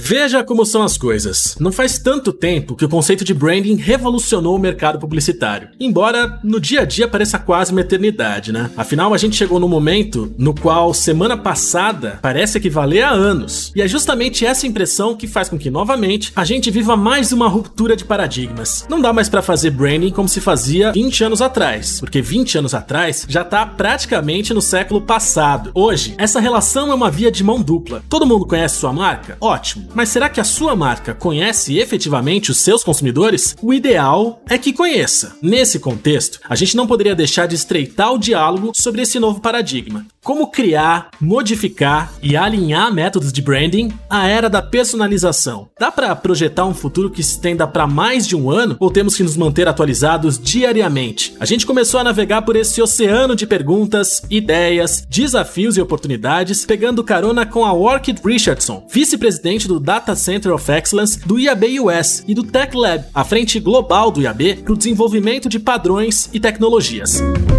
Veja como são as coisas. Não faz tanto tempo que o conceito de branding revolucionou o mercado publicitário. Embora no dia a dia pareça quase uma eternidade, né? Afinal, a gente chegou num momento no qual semana passada parece equivaler a anos. E é justamente essa impressão que faz com que, novamente, a gente viva mais uma ruptura de paradigmas. Não dá mais pra fazer branding como se fazia 20 anos atrás, porque 20 anos atrás já tá praticamente no século passado. Hoje, essa relação é uma via de mão dupla. Todo mundo conhece sua marca? Ótimo. Mas será que a sua marca conhece efetivamente os seus consumidores? O ideal é que conheça. Nesse contexto, a gente não poderia deixar de estreitar o diálogo sobre esse novo paradigma. Como criar, modificar e alinhar métodos de branding à era da personalização? Dá para projetar um futuro que se estenda para mais de um ano ou temos que nos manter atualizados diariamente? A gente começou a navegar por esse oceano de perguntas, ideias, desafios e oportunidades, pegando carona com a Orchid Richardson, vice-presidente do Data Center of Excellence do IAB US e do Tech Lab, a frente global do IAB para o desenvolvimento de padrões e tecnologias.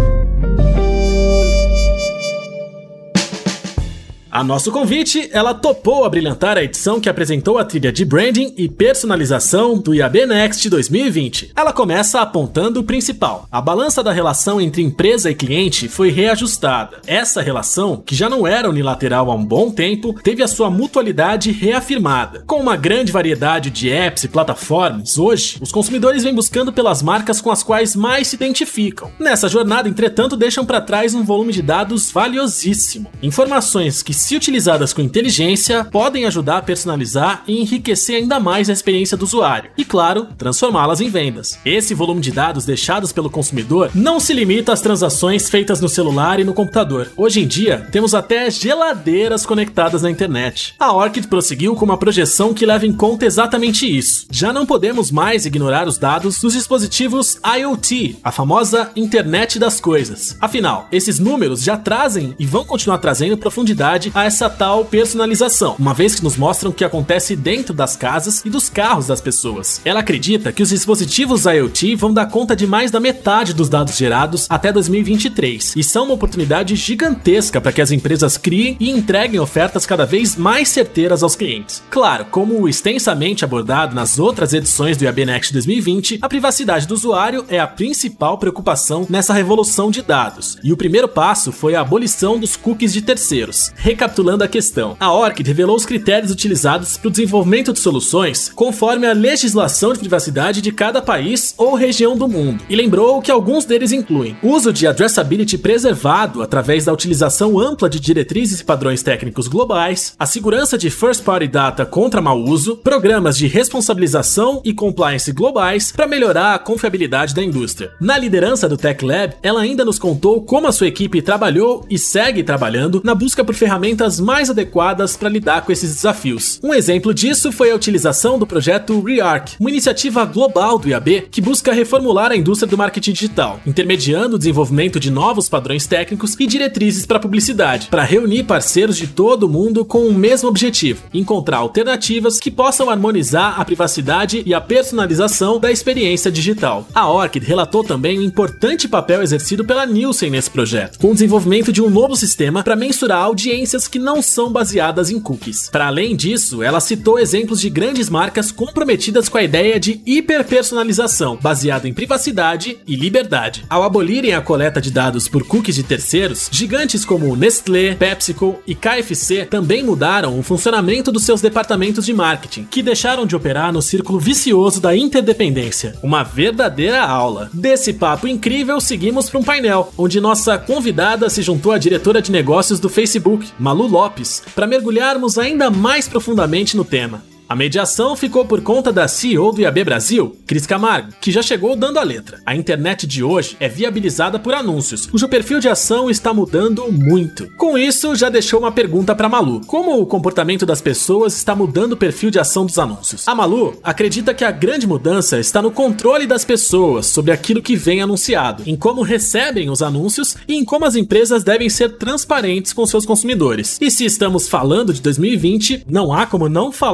A nosso convite, ela topou abrilhantar a edição que apresentou a trilha de branding e personalização do IAB Next 2020. Ela começa apontando o principal. A balança da relação entre empresa e cliente foi reajustada. Essa relação, que já não era unilateral há um bom tempo, teve a sua mutualidade reafirmada. Com uma grande variedade de apps e plataformas, hoje, os consumidores vêm buscando pelas marcas com as quais mais se identificam. Nessa jornada, entretanto, deixam para trás um volume de dados valiosíssimo. Informações que, se utilizadas com inteligência, podem ajudar a personalizar e enriquecer ainda mais a experiência do usuário e, claro, transformá-las em vendas. Esse volume de dados deixados pelo consumidor não se limita às transações feitas no celular e no computador. Hoje em dia, temos até geladeiras conectadas na internet. A Orchid prosseguiu com uma projeção que leva em conta exatamente isso. Já não podemos mais ignorar os dados dos dispositivos IoT, a famosa Internet das Coisas. Afinal, esses números já trazem e vão continuar trazendo profundidade a essa tal personalização, uma vez que nos mostram o que acontece dentro das casas e dos carros das pessoas. Ela acredita que os dispositivos IoT vão dar conta de mais da metade dos dados gerados até 2023 e são uma oportunidade gigantesca para que as empresas criem e entreguem ofertas cada vez mais certeiras aos clientes. Claro, como extensamente abordado nas outras edições do IAB Next 2020, a privacidade do usuário é a principal preocupação nessa revolução de dados, e o primeiro passo foi a abolição dos cookies de terceiros. Recapitulando a questão, a Orchid revelou os critérios utilizados para o desenvolvimento de soluções conforme a legislação de privacidade de cada país ou região do mundo, e lembrou que alguns deles incluem uso de addressability preservado através da utilização ampla de diretrizes e padrões técnicos globais, a segurança de first-party data contra mau uso, programas de responsabilização e compliance globais para melhorar a confiabilidade da indústria. Na liderança do Tech Lab, ela ainda nos contou como a sua equipe trabalhou e segue trabalhando na busca por ferramentas mais adequadas para lidar com esses desafios. Um exemplo disso foi a utilização do projeto Rearc, uma iniciativa global do IAB que busca reformular a indústria do marketing digital, intermediando o desenvolvimento de novos padrões técnicos e diretrizes para publicidade, para reunir parceiros de todo o mundo com o mesmo objetivo: encontrar alternativas que possam harmonizar a privacidade e a personalização da experiência digital. A Orchid relatou também o importante papel exercido pela Nielsen nesse projeto, com o desenvolvimento de um novo sistema para mensurar audiências que não são baseadas em cookies. Para além disso, ela citou exemplos de grandes marcas comprometidas com a ideia de hiperpersonalização, baseada em privacidade e liberdade. Ao abolirem a coleta de dados por cookies de terceiros, gigantes como Nestlé, PepsiCo e KFC também mudaram o funcionamento dos seus departamentos de marketing, que deixaram de operar no círculo vicioso da interdependência. Uma verdadeira aula. Desse papo incrível, seguimos para um painel, onde nossa convidada se juntou à diretora de negócios do Facebook, Malu Lopes, para mergulharmos ainda mais profundamente no tema. A mediação ficou por conta da CEO do IAB Brasil, Cris Camargo, que já chegou dando a letra. A internet de hoje é viabilizada por anúncios, cujo perfil de ação está mudando muito. Com isso, já deixou uma pergunta para Malu: como o comportamento das pessoas está mudando o perfil de ação dos anúncios? A Malu acredita que a grande mudança está no controle das pessoas sobre aquilo que vem anunciado, em como recebem os anúncios e em como as empresas devem ser transparentes com seus consumidores. E se estamos falando de 2020, não há como não falar da pandemia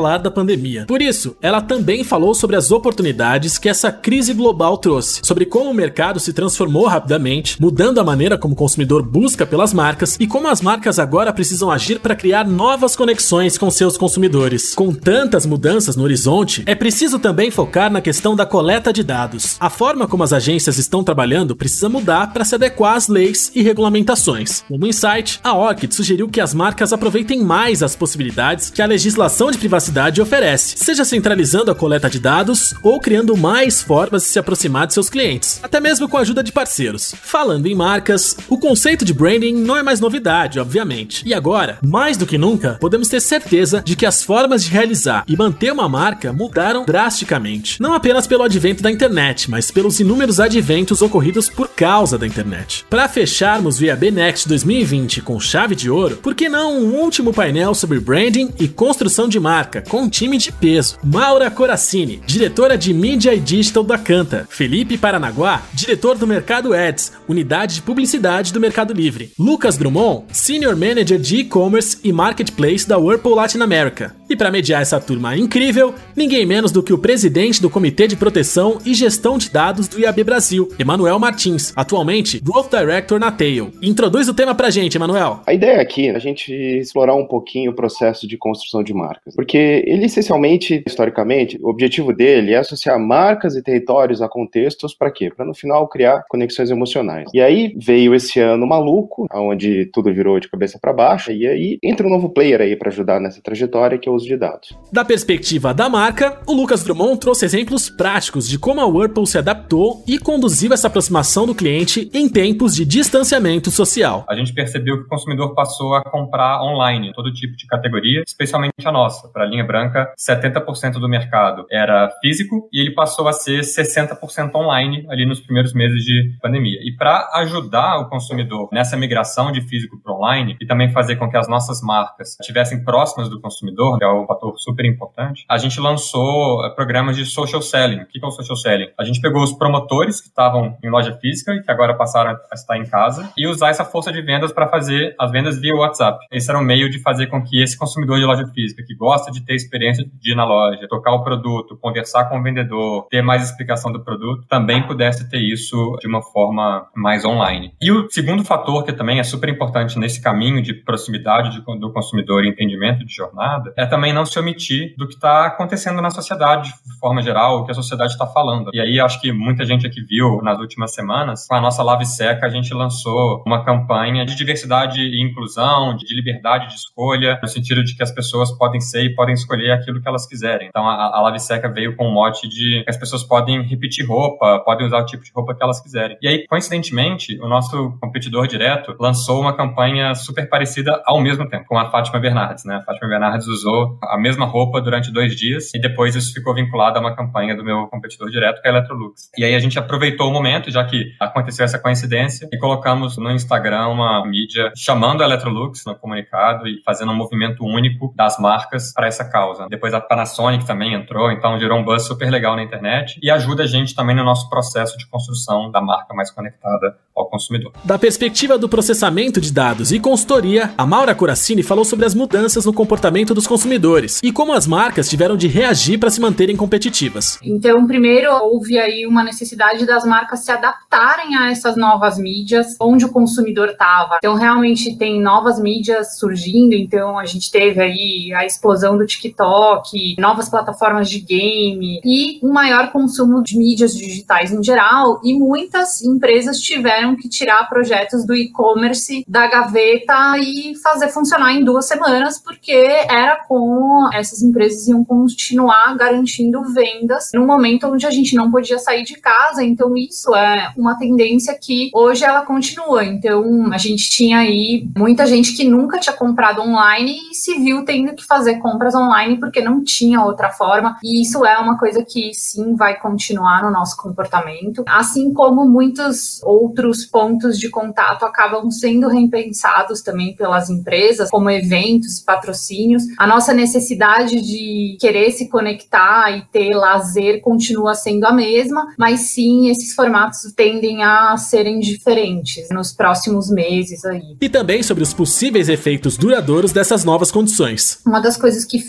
pandemia. Por isso, ela também falou sobre as oportunidades que essa crise global trouxe, sobre como o mercado se transformou rapidamente, mudando a maneira como o consumidor busca pelas marcas e como as marcas agora precisam agir para criar novas conexões com seus consumidores. Com tantas mudanças no horizonte, é preciso também focar na questão da coleta de dados. A forma como as agências estão trabalhando precisa mudar para se adequar às leis e regulamentações. Como insight, a Orchid sugeriu que as marcas aproveitem mais as possibilidades que a legislação de privacidade oferece, seja centralizando a coleta de dados ou criando mais formas de se aproximar de seus clientes, até mesmo com a ajuda de parceiros. Falando em marcas, o conceito de branding não é mais novidade, obviamente. E agora, mais do que nunca, podemos ter certeza de que as formas de realizar e manter uma marca mudaram drasticamente. Não apenas pelo advento da internet, mas pelos inúmeros adventos ocorridos por causa da internet. Para fecharmos o IAB Next 2020 com chave de ouro, por que não um último painel sobre branding e construção de marca com um time de peso? Maura Corazzini, diretora de mídia e digital da Canta. Felipe Paranaguá, diretor do Mercado Ads, unidade de publicidade do Mercado Livre. Lucas Drummond, senior manager de e-commerce e marketplace da Whirlpool Latin America. E para mediar essa turma incrível, ninguém menos do que o presidente do Comitê de Proteção e Gestão de Dados do IAB Brasil, Emanuel Martins, atualmente Growth Director na Tail. Introduz o tema pra gente, Emanuel. A ideia aqui é a gente explorar um pouquinho o processo de construção de marcas, porque ele essencialmente, historicamente, o objetivo dele é associar marcas e territórios a contextos para quê? Para no final criar conexões emocionais. E aí veio esse ano maluco, onde tudo virou de cabeça para baixo, e aí entra um novo player aí para ajudar nessa trajetória, que é o uso de dados. Da perspectiva da marca, o Lucas Drummond trouxe exemplos práticos de como a Whirlpool se adaptou e conduziu essa aproximação do cliente em tempos de distanciamento social. A gente percebeu que o consumidor passou a comprar online, todo tipo de categoria, especialmente a nossa. Para a linha branca, 70% do mercado era físico e ele passou a ser 60% online ali nos primeiros meses de pandemia. E para ajudar o consumidor nessa migração de físico para online e também fazer com que as nossas marcas estivessem próximas do consumidor, que é um fator super importante, a gente lançou programas de social selling. O que é o social selling? A gente pegou os promotores que estavam em loja física e que agora passaram a estar em casa e usar essa força de vendas para fazer as vendas via WhatsApp. Esse era um meio de fazer com que esse consumidor de loja física, que gosta de ter experiência de ir na loja, tocar o produto, conversar com o vendedor, ter mais explicação do produto, também pudesse ter isso de uma forma mais online. E o segundo fator, que também é super importante nesse caminho de proximidade do consumidor e entendimento de jornada, é também não se omitir do que está acontecendo na sociedade de forma geral, o que a sociedade está falando. E aí acho que muita gente aqui viu nas últimas semanas, com a nossa Lave Seca, a gente lançou uma campanha de diversidade e inclusão, de liberdade de escolha, no sentido de que as pessoas podem ser e podem escolher aquilo que elas quiserem. Então a Lave Seca veio com o mote de que as pessoas podem repetir roupa, podem usar o tipo de roupa que elas quiserem. E aí, coincidentemente, o nosso competidor direto lançou uma campanha super parecida ao mesmo tempo, com a Fátima Bernardes, né? A Fátima Bernardes usou a mesma roupa durante 2 dias e depois isso ficou vinculado a uma campanha do meu competidor direto, que é a Electrolux. E aí a gente aproveitou o momento, já que aconteceu essa coincidência, e colocamos no Instagram uma mídia chamando a Electrolux no comunicado e fazendo um movimento único das marcas para essa causa. Depois a Panasonic também entrou, então gerou um buzz super legal na internet e ajuda a gente também no nosso processo de construção da marca mais conectada ao consumidor. Da perspectiva do processamento de dados e consultoria, a Maura Corazzini falou sobre as mudanças no comportamento dos consumidores e como as marcas tiveram de reagir para se manterem competitivas. Então, primeiro, houve aí uma necessidade das marcas se adaptarem a essas novas mídias, onde o consumidor estava. Então, realmente tem novas mídias surgindo, então a gente teve aí a explosão do TikTok, novas plataformas de game e um maior consumo de mídias digitais em geral, e muitas empresas tiveram que tirar projetos do e-commerce da gaveta e fazer funcionar em 2 semanas, porque era como essas empresas iam continuar garantindo vendas num momento onde a gente não podia sair de casa. Então isso é uma tendência que hoje ela continua. Então a gente tinha aí muita gente que nunca tinha comprado online e se viu tendo que fazer compras online porque não tinha outra forma, e isso é uma coisa que sim vai continuar no nosso comportamento, assim como muitos outros pontos de contato acabam sendo repensados também pelas empresas, como eventos e patrocínios. A nossa necessidade de querer se conectar e ter lazer continua sendo a mesma, mas sim, esses formatos tendem a serem diferentes nos próximos meses aí. E também sobre os possíveis efeitos duradouros dessas novas condições. Uma das coisas que ficam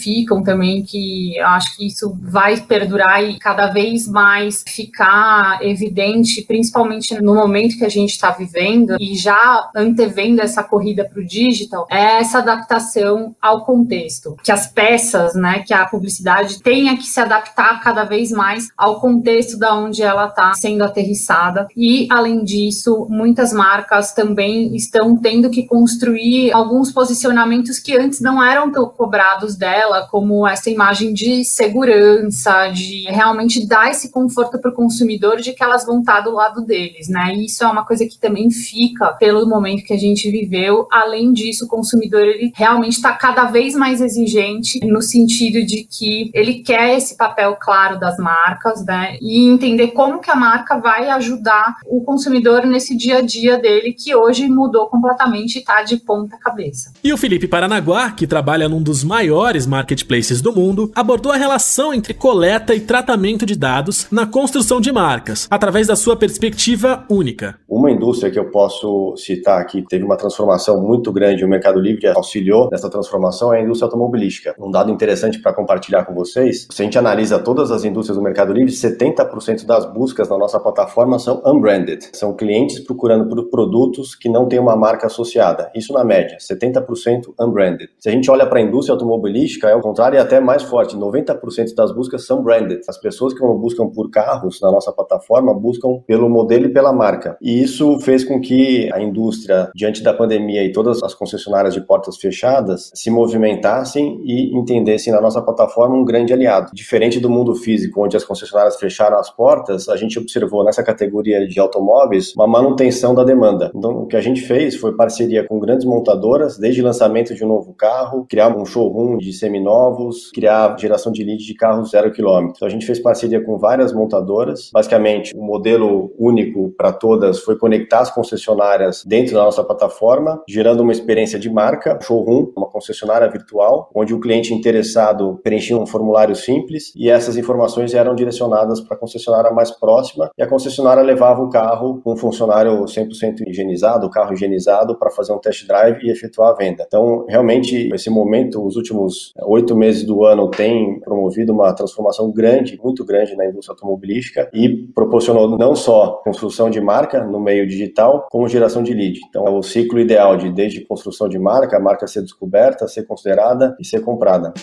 também que eu acho que isso vai perdurar e cada vez mais ficar evidente, principalmente no momento que a gente está vivendo e já antevendo essa corrida para o digital, é essa adaptação ao contexto, que as peças, né, que a publicidade tenha que se adaptar cada vez mais ao contexto da onde ela está sendo aterrissada. E, além disso, muitas marcas também estão tendo que construir alguns posicionamentos que antes não eram tão cobrados dela, como essa imagem de segurança, de realmente dar esse conforto para o consumidor de que elas vão estar do lado deles, né? E isso é uma coisa que também fica pelo momento que a gente viveu. Além disso, o consumidor ele realmente está cada vez mais exigente no sentido de que ele quer esse papel claro das marcas, né? E entender como que a marca vai ajudar o consumidor nesse dia a dia dele, que hoje mudou completamente e está de ponta cabeça. E o Felipe Paranaguá, que trabalha num dos maiores marketplaces do mundo, abordou a relação entre coleta e tratamento de dados na construção de marcas, através da sua perspectiva única. Uma indústria que eu posso citar aqui, que teve uma transformação muito grande, o Mercado Livre auxiliou nessa transformação, é a indústria automobilística. Um dado interessante para compartilhar com vocês, se a gente analisa todas as indústrias do Mercado Livre, 70% das buscas na nossa plataforma são unbranded. São clientes procurando por produtos que não têm uma marca associada. Isso na média, 70% unbranded. Se a gente olha para a indústria automobilística, é o contrário, é até mais forte. 90% das buscas são branded. As pessoas que não buscam por carros na nossa plataforma buscam pelo modelo e pela marca. E isso fez com que a indústria, diante da pandemia e todas as concessionárias de portas fechadas, se movimentassem e entendessem na nossa plataforma um grande aliado. Diferente do mundo físico, onde as concessionárias fecharam as portas, a gente observou nessa categoria de automóveis uma manutenção da demanda. Então, o que a gente fez foi parceria com grandes montadoras, desde o lançamento de um novo carro, criar um showroom de seminovos, criar geração de lead de carros 0 km. Então, a gente fez parceria com várias montadoras. Basicamente, o modelo único para todas foi conectar as concessionárias dentro da nossa plataforma, gerando uma experiência de marca, showroom, uma concessionária virtual, onde o cliente interessado preenchia um formulário simples e essas informações eram direcionadas para a concessionária mais próxima e a concessionária levava o carro com um funcionário 100% higienizado, o carro higienizado, para fazer um test drive e efetuar a venda. Então, realmente, esse momento, os últimos 8 meses do ano, tem promovido uma transformação grande, muito grande na indústria automobilística e proporcionou não só construção de marca no meio digital, como geração de lead. Então, é o ciclo ideal de desde construção de marca, a marca ser descoberta, ser considerada e ser comprada.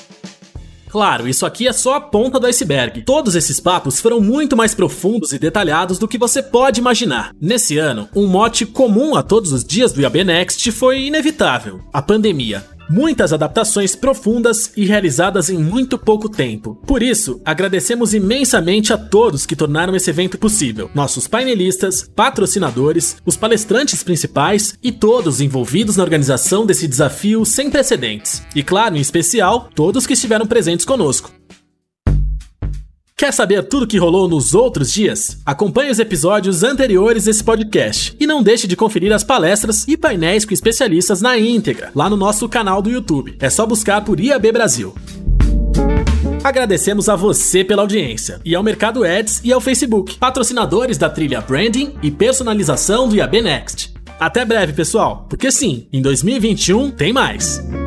Claro, isso aqui é só a ponta do iceberg. Todos esses papos foram muito mais profundos e detalhados do que você pode imaginar. Nesse ano, um mote comum a todos os dias do IAB Next foi inevitável: a pandemia. Muitas adaptações profundas e realizadas em muito pouco tempo. Por isso, agradecemos imensamente a todos que tornaram esse evento possível. Nossos painelistas, patrocinadores, os palestrantes principais e todos envolvidos na organização desse desafio sem precedentes. E claro, em especial, todos que estiveram presentes conosco. Quer saber tudo que rolou nos outros dias? Acompanhe os episódios anteriores desse podcast e não deixe de conferir as palestras e painéis com especialistas na íntegra, lá no nosso canal do YouTube. É só buscar por IAB Brasil. Agradecemos a você pela audiência, e ao Mercado Ads e ao Facebook, patrocinadores da trilha Branding e Personalização do IAB Next. Até breve, pessoal, porque sim, em 2021 tem mais!